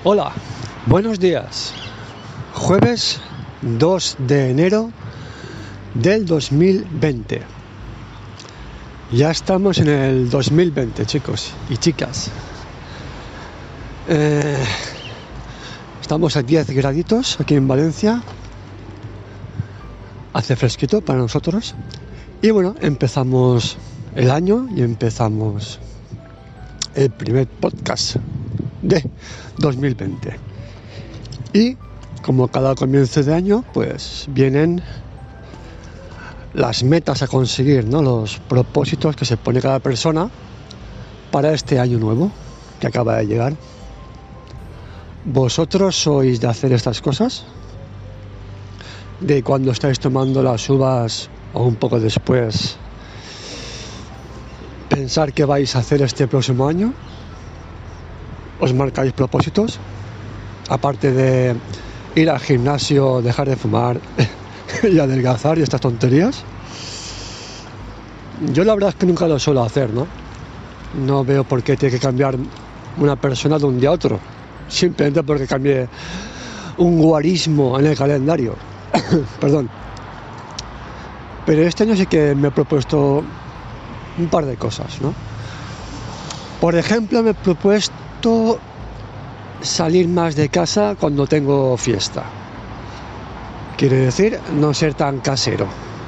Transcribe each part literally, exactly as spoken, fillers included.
Hola, buenos días. Jueves dos de enero del dos mil veinte. Ya estamos en el dos mil veinte, chicos y chicas. Eh, estamos a diez graditos aquí en Valencia. Hace fresquito para nosotros. Y bueno, empezamos el año y empezamos el primer podcast de dos mil veinte. Y como cada comienzo de año, pues vienen las metas a conseguir, ¿no? Los propósitos que se pone cada persona para este año nuevo que acaba de llegar. ¿Vosotros sois de hacer estas cosas? De cuando estáis tomando las uvas o un poco después pensar qué vais a hacer este próximo año. ¿Os marcáis propósitos? Aparte de ir al gimnasio, dejar de fumar y adelgazar y estas tonterías. Yo la verdad es que nunca lo suelo hacer, ¿no? No veo por qué tiene que cambiar una persona de un día a otro. Simplemente porque cambie un guarismo en el calendario. Perdón. Pero este año sí que me he propuesto un par de cosas, ¿no? Por ejemplo, me he propuesto salir más de casa cuando tengo fiesta. Quiere decir, no ser tan casero.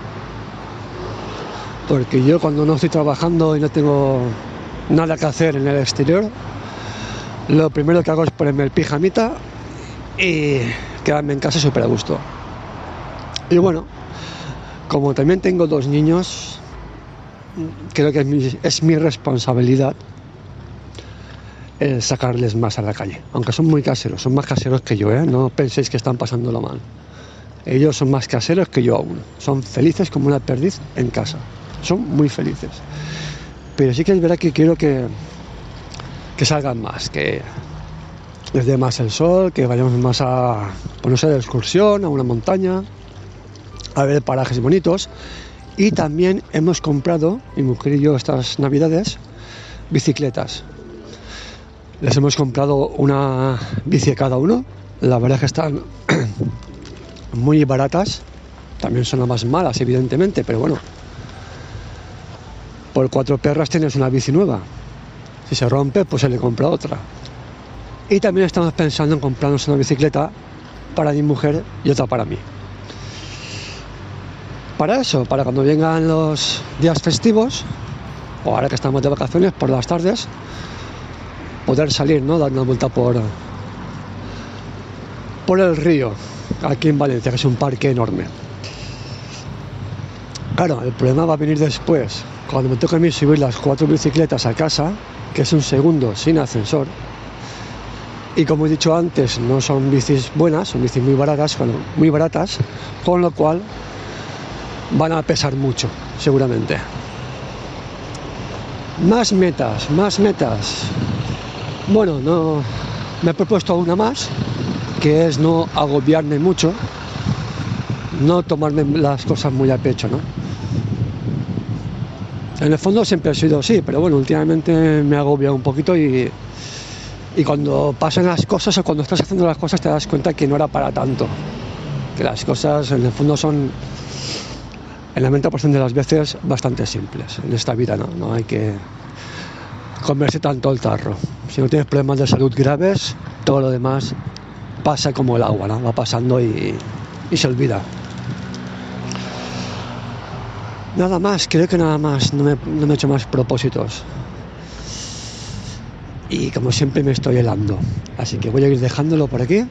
Porque yo cuando no estoy trabajando y no tengo nada que hacer en el exterior, lo primero que hago es ponerme el pijamita y quedarme en casa súper a gusto. Y bueno, como también tengo dos niños, creo que es mi, es mi responsabilidad el sacarles más a la calle, aunque son muy caseros, son más caseros que yo, ¿eh? No penséis que están pasándolo mal. Ellos son más caseros que yo aún, son felices como una perdiz en casa, son muy felices. Pero sí que es verdad que quiero que, que salgan más, que les dé más el sol, que vayamos más a, pues no sé, de excursión, a una montaña, a ver parajes bonitos. Y también hemos comprado, mi mujer y yo, estas navidades, bicicletas. Les hemos comprado una bici a cada uno. La verdad es que están muy baratas. También son las más malas, evidentemente, pero bueno. Por cuatro perras tienes una bici nueva. Si se rompe, pues se le compra otra. Y también estamos pensando en comprarnos una bicicleta para mi mujer y otra para mí. Para eso, para cuando vengan los días festivos, o ahora que estamos de vacaciones, por las tardes, poder salir, ¿no? Dar una vuelta por, por el río, aquí en Valencia, que es un parque enorme. Claro, el problema va a venir después, cuando me toque a mí subir las cuatro bicicletas a casa, que es un segundo sin ascensor. Y como he dicho antes, no son bicis buenas, son bicis muy baratas, bueno, muy baratas, con lo cual van a pesar mucho, seguramente. Más metas, más metas. Bueno, no me he propuesto una más, que es no agobiarme mucho, no tomarme las cosas muy a pecho, ¿no? En el fondo siempre he sido así, pero bueno, últimamente me agobia un poquito y, y cuando pasan las cosas o cuando estás haciendo las cosas te das cuenta que no era para tanto, que las cosas en el fondo son, el noventa por ciento de las veces, bastante simples. En esta vida no, no hay que comerse tanto el tarro. Si no tienes problemas de salud graves, todo lo demás pasa como el agua, ¿no? Va pasando y, y se olvida. Nada más, creo que nada más, no me, no me he hecho más propósitos. Y como siempre me estoy helando, así que voy a ir dejándolo por aquí.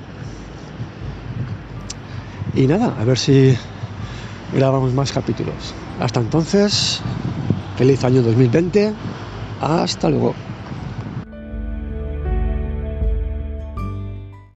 Y nada, a ver si grabamos más capítulos. Hasta entonces, feliz año dos mil veinte. Hasta luego.